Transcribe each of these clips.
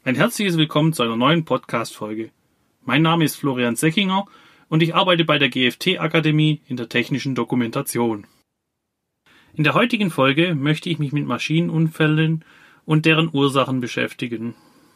Ein herzliches Willkommen zu einer neuen Podcast-Folge. Mein Name ist Florian Seckinger und ich arbeite bei der GFT-Akademie in der technischen Dokumentation. In der heutigen Folge möchte ich mich mit Maschinenunfällen und deren Ursachen beschäftigen.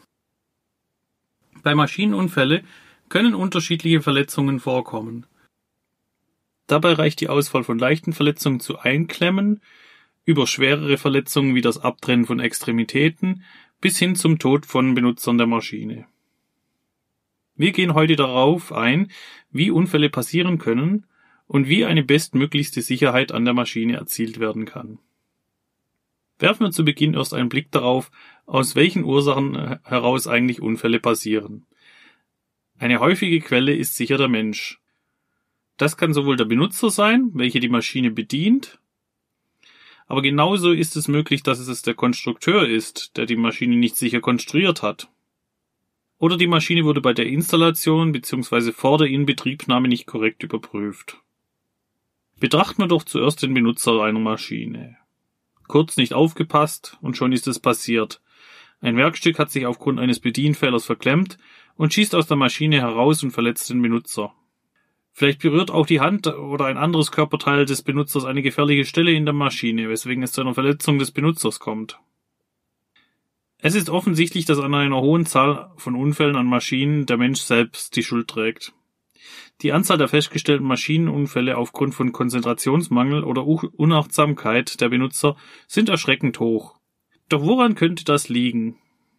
Bei Maschinenunfällen können unterschiedliche Verletzungen vorkommen. Dabei reicht die Auswahl von leichten Verletzungen zu Einklemmen, über schwerere Verletzungen wie das Abtrennen von Extremitäten bis hin zum Tod von Benutzern der Maschine. Wir gehen heute darauf ein, wie Unfälle passieren können und wie eine bestmöglichste Sicherheit an der Maschine erzielt werden kann. Werfen wir zu Beginn erst einen Blick darauf, aus welchen Ursachen heraus eigentlich Unfälle passieren. Eine häufige Quelle ist sicher der Mensch. Das kann sowohl der Benutzer sein, welcher die Maschine bedient, aber genauso ist es möglich, dass es der Konstrukteur ist, der die Maschine nicht sicher konstruiert hat. Oder die Maschine wurde bei der Installation bzw. vor der Inbetriebnahme nicht korrekt überprüft. Betrachten wir doch zuerst den Benutzer einer Maschine. Kurz nicht aufgepasst und schon ist es passiert. Ein Werkstück hat sich aufgrund eines Bedienfehlers verklemmt und schießt aus der Maschine heraus und verletzt den Benutzer. Vielleicht berührt auch die Hand oder ein anderes Körperteil des Benutzers eine gefährliche Stelle in der Maschine, weswegen es zu einer Verletzung des Benutzers kommt. Es ist offensichtlich, dass an einer hohen Zahl von Unfällen an Maschinen der Mensch selbst die Schuld trägt. Die Anzahl der festgestellten Maschinenunfälle aufgrund von Konzentrationsmangel oder Unachtsamkeit der Benutzer sind erschreckend hoch. Doch woran könnte das liegen?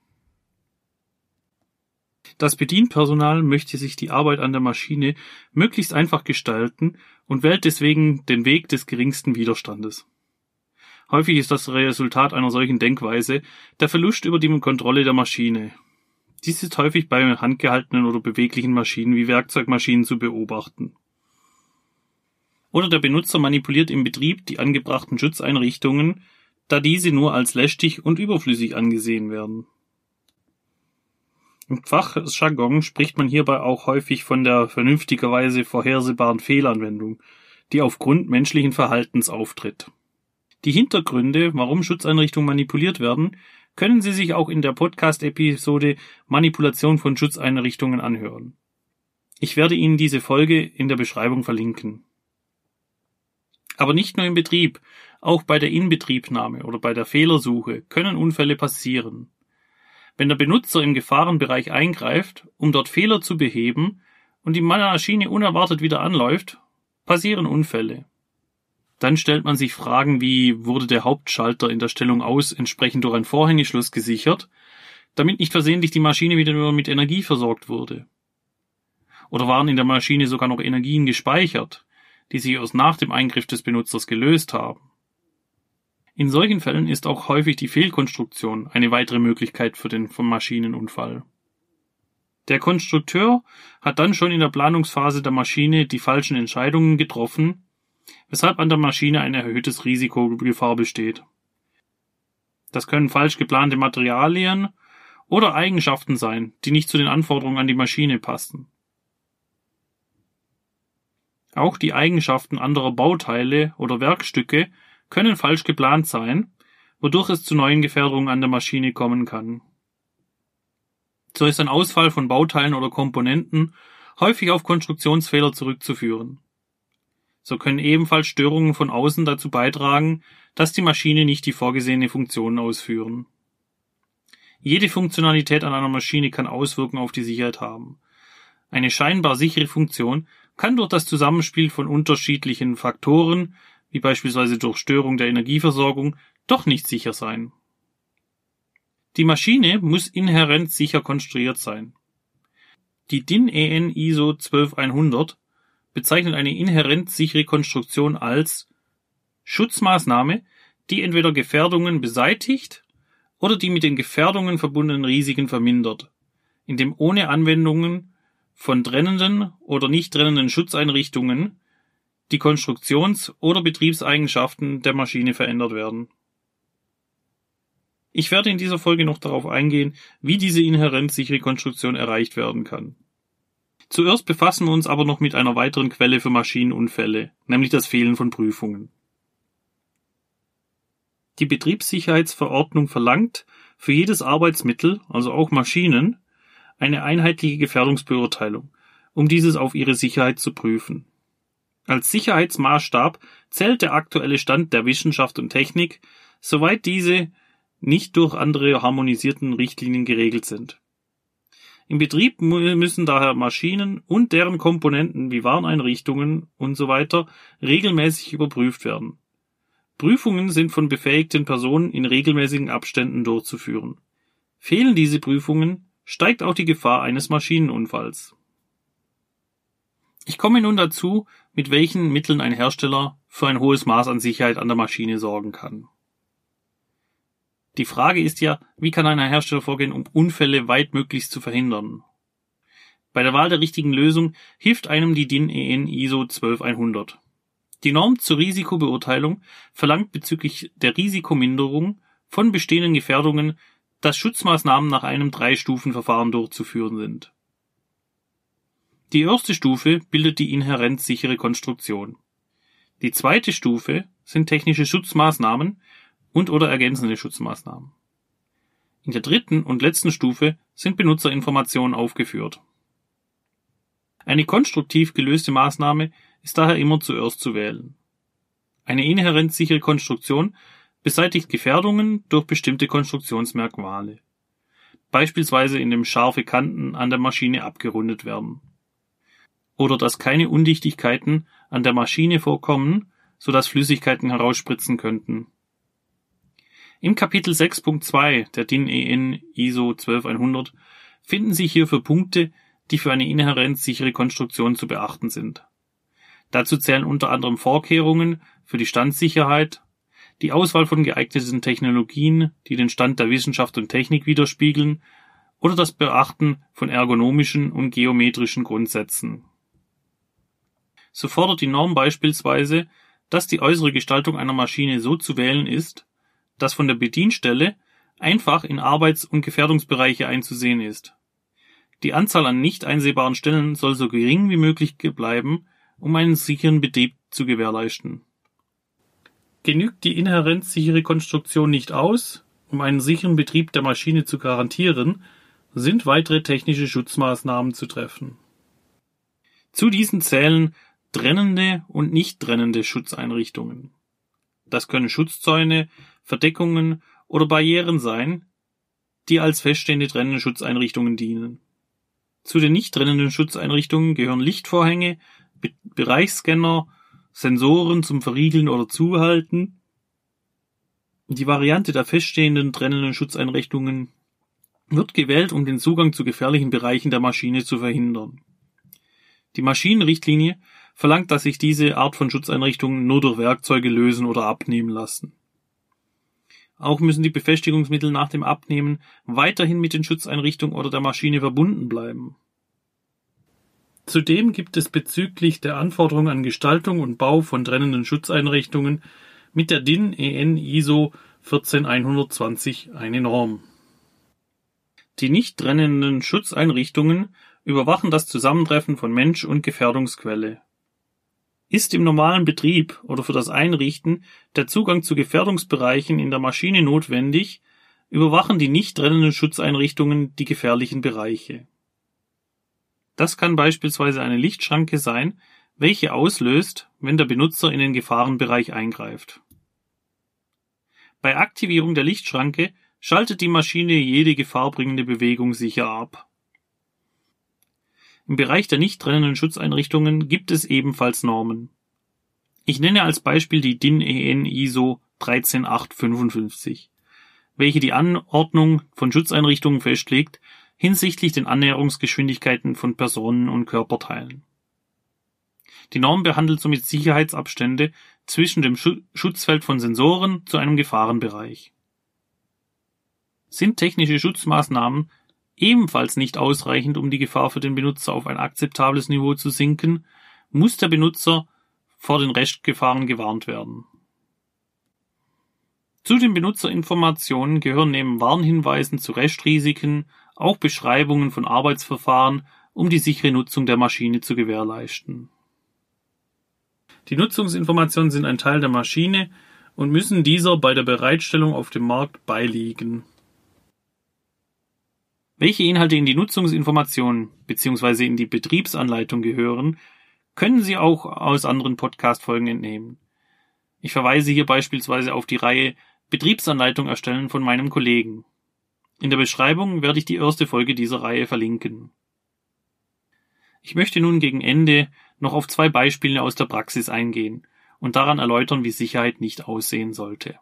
Das Bedienpersonal möchte sich die Arbeit an der Maschine möglichst einfach gestalten und wählt deswegen den Weg des geringsten Widerstandes. Häufig ist das Resultat einer solchen Denkweise der Verlust über die Kontrolle der Maschine. Dies ist häufig bei handgehaltenen oder beweglichen Maschinen wie Werkzeugmaschinen zu beobachten. Oder der Benutzer manipuliert im Betrieb die angebrachten Schutzeinrichtungen, da diese nur als lästig und überflüssig angesehen werden. Im Fachjargon spricht man hierbei auch häufig von der vernünftigerweise vorhersehbaren Fehlanwendung, die aufgrund menschlichen Verhaltens auftritt. Die Hintergründe, warum Schutzeinrichtungen manipuliert werden, können Sie sich auch in der Podcast-Episode Manipulation von Schutzeinrichtungen anhören. Ich werde Ihnen diese Folge in der Beschreibung verlinken. Aber nicht nur im Betrieb, auch bei der Inbetriebnahme oder bei der Fehlersuche können Unfälle passieren. Wenn der Benutzer im Gefahrenbereich eingreift, um dort Fehler zu beheben und die Maschine unerwartet wieder anläuft, passieren Unfälle. Dann stellt man sich Fragen wie, wurde der Hauptschalter in der Stellung aus entsprechend durch ein Vorhängeschloss gesichert, damit nicht versehentlich die Maschine wieder nur mit Energie versorgt wurde? Oder waren in der Maschine sogar noch Energien gespeichert, die sich erst nach dem Eingriff des Benutzers gelöst haben? In solchen Fällen ist auch häufig die Fehlkonstruktion eine weitere Möglichkeit für den Maschinenunfall. Der Konstrukteur hat dann schon in der Planungsphase der Maschine die falschen Entscheidungen getroffen, weshalb an der Maschine ein erhöhtes Risikogefahr besteht. Das können falsch geplante Materialien oder Eigenschaften sein, die nicht zu den Anforderungen an die Maschine passen. Auch die Eigenschaften anderer Bauteile oder Werkstücke können falsch geplant sein, wodurch es zu neuen Gefährdungen an der Maschine kommen kann. So ist ein Ausfall von Bauteilen oder Komponenten häufig auf Konstruktionsfehler zurückzuführen. So können ebenfalls Störungen von außen dazu beitragen, dass die Maschine nicht die vorgesehene Funktion ausführen. Jede Funktionalität an einer Maschine kann Auswirkungen auf die Sicherheit haben. Eine scheinbar sichere Funktion kann durch das Zusammenspiel von unterschiedlichen Faktoren, wie beispielsweise durch Störung der Energieversorgung, doch nicht sicher sein. Die Maschine muss inhärent sicher konstruiert sein. Die DIN EN ISO 12100 bezeichnet eine inhärent sichere Konstruktion als Schutzmaßnahme, die entweder Gefährdungen beseitigt oder die mit den Gefährdungen verbundenen Risiken vermindert, indem ohne Anwendungen von trennenden oder nicht trennenden Schutzeinrichtungen die Konstruktions- oder Betriebseigenschaften der Maschine verändert werden. Ich werde in dieser Folge noch darauf eingehen, wie diese inhärent sichere Konstruktion erreicht werden kann. Zuerst befassen wir uns aber noch mit einer weiteren Quelle für Maschinenunfälle, nämlich das Fehlen von Prüfungen. Die Betriebssicherheitsverordnung verlangt für jedes Arbeitsmittel, also auch Maschinen, eine einheitliche Gefährdungsbeurteilung, um dieses auf ihre Sicherheit zu prüfen. Als Sicherheitsmaßstab zählt der aktuelle Stand der Wissenschaft und Technik, soweit diese nicht durch andere harmonisierten Richtlinien geregelt sind. Im Betrieb müssen daher Maschinen und deren Komponenten wie Warneinrichtungen usw. regelmäßig überprüft werden. Prüfungen sind von befähigten Personen in regelmäßigen Abständen durchzuführen. Fehlen diese Prüfungen, steigt auch die Gefahr eines Maschinenunfalls. Ich komme nun dazu, mit welchen Mitteln ein Hersteller für ein hohes Maß an Sicherheit an der Maschine sorgen kann. Die Frage ist ja, wie kann ein Hersteller vorgehen, um Unfälle weitmöglichst zu verhindern? Bei der Wahl der richtigen Lösung hilft einem die DIN EN ISO 12100. Die Norm zur Risikobeurteilung verlangt bezüglich der Risikominderung von bestehenden Gefährdungen, dass Schutzmaßnahmen nach einem 3-Stufen-Verfahren durchzuführen sind. Die erste Stufe bildet die inhärent sichere Konstruktion. Die zweite Stufe sind technische Schutzmaßnahmen und/oder ergänzende Schutzmaßnahmen. In der dritten und letzten Stufe sind Benutzerinformationen aufgeführt. Eine konstruktiv gelöste Maßnahme ist daher immer zuerst zu wählen. Eine inhärent sichere Konstruktion beseitigt Gefährdungen durch bestimmte Konstruktionsmerkmale, beispielsweise indem scharfe Kanten an der Maschine abgerundet werden, oder dass keine Undichtigkeiten an der Maschine vorkommen, sodass Flüssigkeiten herausspritzen könnten. Im Kapitel 6.2 der DIN EN ISO 12100 finden sich hierfür Punkte, die für eine inhärent sichere Konstruktion zu beachten sind. Dazu zählen unter anderem Vorkehrungen für die Standsicherheit, die Auswahl von geeigneten Technologien, die den Stand der Wissenschaft und Technik widerspiegeln, oder das Beachten von ergonomischen und geometrischen Grundsätzen. So fordert die Norm beispielsweise, dass die äußere Gestaltung einer Maschine so zu wählen ist, dass von der Bedienstelle einfach in Arbeits- und Gefährdungsbereiche einzusehen ist. Die Anzahl an nicht einsehbaren Stellen soll so gering wie möglich bleiben, um einen sicheren Betrieb zu gewährleisten. Genügt die inhärent sichere Konstruktion nicht aus, um einen sicheren Betrieb der Maschine zu garantieren, sind weitere technische Schutzmaßnahmen zu treffen. Zu diesen zählen trennende und nicht trennende Schutzeinrichtungen. Das können Schutzzäune, Verdeckungen oder Barrieren sein, die als feststehende trennende Schutzeinrichtungen dienen. Zu den nicht trennenden Schutzeinrichtungen gehören Lichtvorhänge, Bereichsscanner, Sensoren zum Verriegeln oder Zuhalten. Die Variante der feststehenden trennenden Schutzeinrichtungen wird gewählt, um den Zugang zu gefährlichen Bereichen der Maschine zu verhindern. Die Maschinenrichtlinie verlangt, dass sich diese Art von Schutzeinrichtungen nur durch Werkzeuge lösen oder abnehmen lassen. Auch müssen die Befestigungsmittel nach dem Abnehmen weiterhin mit den Schutzeinrichtungen oder der Maschine verbunden bleiben. Zudem gibt es bezüglich der Anforderungen an Gestaltung und Bau von trennenden Schutzeinrichtungen mit der DIN EN ISO 14120 eine Norm. Die nicht trennenden Schutzeinrichtungen überwachen das Zusammentreffen von Mensch und Gefährdungsquelle. Ist im normalen Betrieb oder für das Einrichten der Zugang zu Gefährdungsbereichen in der Maschine notwendig, überwachen die nicht trennenden Schutzeinrichtungen die gefährlichen Bereiche. Das kann beispielsweise eine Lichtschranke sein, welche auslöst, wenn der Benutzer in den Gefahrenbereich eingreift. Bei Aktivierung der Lichtschranke schaltet die Maschine jede gefahrbringende Bewegung sicher ab. Im Bereich der nicht trennenden Schutzeinrichtungen gibt es ebenfalls Normen. Ich nenne als Beispiel die DIN EN ISO 13855, welche die Anordnung von Schutzeinrichtungen festlegt hinsichtlich den Annäherungsgeschwindigkeiten von Personen und Körperteilen. Die Norm behandelt somit Sicherheitsabstände zwischen dem Schutzfeld von Sensoren zu einem Gefahrenbereich. Sind technische Schutzmaßnahmen ebenfalls nicht ausreichend, um die Gefahr für den Benutzer auf ein akzeptables Niveau zu senken, muss der Benutzer vor den Restgefahren gewarnt werden. Zu den Benutzerinformationen gehören neben Warnhinweisen zu Restrisiken auch Beschreibungen von Arbeitsverfahren, um die sichere Nutzung der Maschine zu gewährleisten. Die Nutzungsinformationen sind ein Teil der Maschine und müssen dieser bei der Bereitstellung auf dem Markt beiliegen. Welche Inhalte in die Nutzungsinformation bzw. in die Betriebsanleitung gehören, können Sie auch aus anderen Podcast-Folgen entnehmen. Ich verweise hier beispielsweise auf die Reihe Betriebsanleitung erstellen von meinem Kollegen. In der Beschreibung werde ich die erste Folge dieser Reihe verlinken. Ich möchte nun gegen Ende noch auf 2 Beispiele aus der Praxis eingehen und daran erläutern, wie Sicherheit nicht aussehen sollte.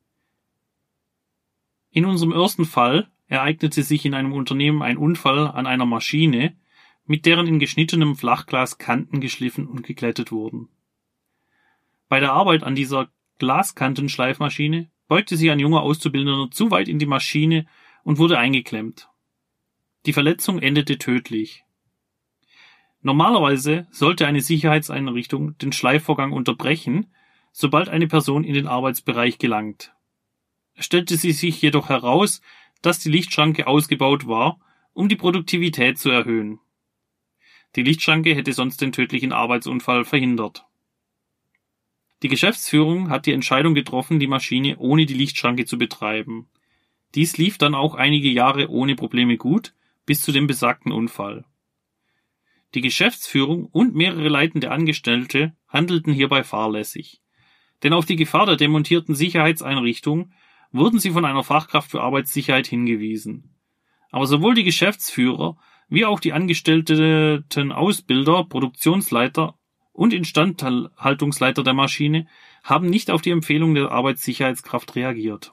In unserem ersten Fall ereignete sich in einem Unternehmen ein Unfall an einer Maschine, mit deren in geschnittenem Flachglas Kanten geschliffen und geglättet wurden. Bei der Arbeit an dieser Glaskantenschleifmaschine beugte sich ein junger Auszubildender zu weit in die Maschine und wurde eingeklemmt. Die Verletzung endete tödlich. Normalerweise sollte eine Sicherheitseinrichtung den Schleifvorgang unterbrechen, sobald eine Person in den Arbeitsbereich gelangt. Es stellte sich jedoch heraus, dass die Lichtschranke ausgebaut war, um die Produktivität zu erhöhen. Die Lichtschranke hätte sonst den tödlichen Arbeitsunfall verhindert. Die Geschäftsführung hat die Entscheidung getroffen, die Maschine ohne die Lichtschranke zu betreiben. Dies lief dann auch einige Jahre ohne Probleme gut, bis zu dem besagten Unfall. Die Geschäftsführung und mehrere leitende Angestellte handelten hierbei fahrlässig. Denn auf die Gefahr der demontierten Sicherheitseinrichtung wurden sie von einer Fachkraft für Arbeitssicherheit hingewiesen. Aber sowohl die Geschäftsführer wie auch die angestellten Ausbilder, Produktionsleiter und Instandhaltungsleiter der Maschine haben nicht auf die Empfehlung der Arbeitssicherheitskraft reagiert.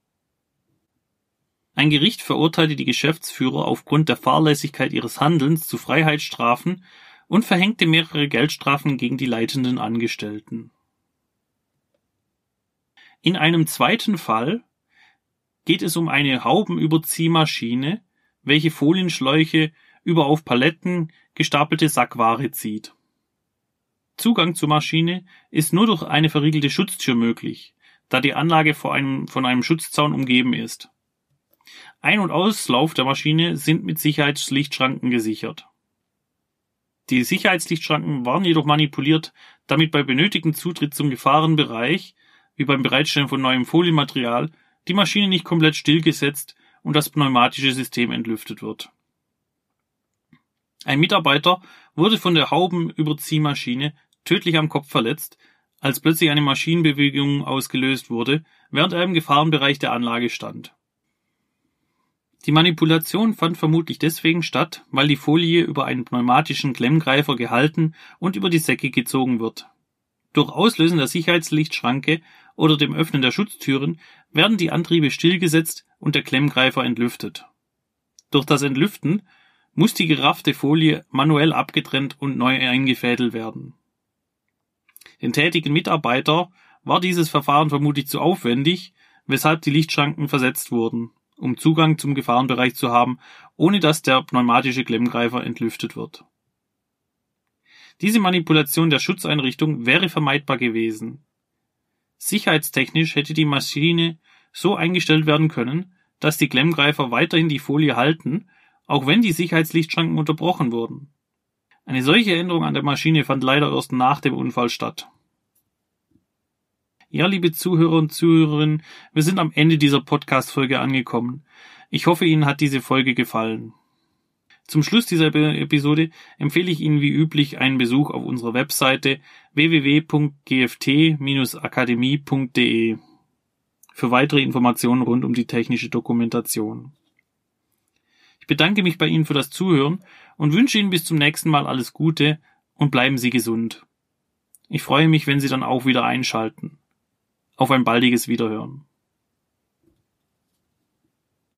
Ein Gericht verurteilte die Geschäftsführer aufgrund der Fahrlässigkeit ihres Handelns zu Freiheitsstrafen und verhängte mehrere Geldstrafen gegen die leitenden Angestellten. In einem zweiten Fall geht es um eine Haubenüberziehmaschine, welche Folienschläuche über auf Paletten gestapelte Sackware zieht. Zugang zur Maschine ist nur durch eine verriegelte Schutztür möglich, da die Anlage von einem Schutzzaun umgeben ist. Ein- und Auslauf der Maschine sind mit Sicherheitslichtschranken gesichert. Die Sicherheitslichtschranken waren jedoch manipuliert, damit bei benötigtem Zutritt zum Gefahrenbereich, wie beim Bereitstellen von neuem Folienmaterial, die Maschine nicht komplett stillgesetzt und das pneumatische System entlüftet wird. Ein Mitarbeiter wurde von der Haubenüberziehmaschine tödlich am Kopf verletzt, als plötzlich eine Maschinenbewegung ausgelöst wurde, während er im Gefahrenbereich der Anlage stand. Die Manipulation fand vermutlich deswegen statt, weil die Folie über einen pneumatischen Klemmgreifer gehalten und über die Säcke gezogen wird. Durch Auslösen der Sicherheitslichtschranke oder dem Öffnen der Schutztüren werden die Antriebe stillgesetzt und der Klemmgreifer entlüftet. Durch das Entlüften muss die geraffte Folie manuell abgetrennt und neu eingefädelt werden. Den tätigen Mitarbeiter war dieses Verfahren vermutlich zu aufwendig, weshalb die Lichtschranken versetzt wurden, um Zugang zum Gefahrenbereich zu haben, ohne dass der pneumatische Klemmgreifer entlüftet wird. Diese Manipulation der Schutzeinrichtung wäre vermeidbar gewesen. Sicherheitstechnisch hätte die Maschine so eingestellt werden können, dass die Klemmgreifer weiterhin die Folie halten, auch wenn die Sicherheitslichtschranken unterbrochen wurden. Eine solche Änderung an der Maschine fand leider erst nach dem Unfall statt. Ja, liebe Zuhörer und Zuhörerinnen, wir sind am Ende dieser Podcast-Folge angekommen. Ich hoffe, Ihnen hat diese Folge gefallen. Zum Schluss dieser Episode empfehle ich Ihnen wie üblich einen Besuch auf unserer Webseite www.gft-akademie.de für weitere Informationen rund um die technische Dokumentation. Ich bedanke mich bei Ihnen für das Zuhören und wünsche Ihnen bis zum nächsten Mal alles Gute und bleiben Sie gesund. Ich freue mich, wenn Sie dann auch wieder einschalten. Auf ein baldiges Wiederhören.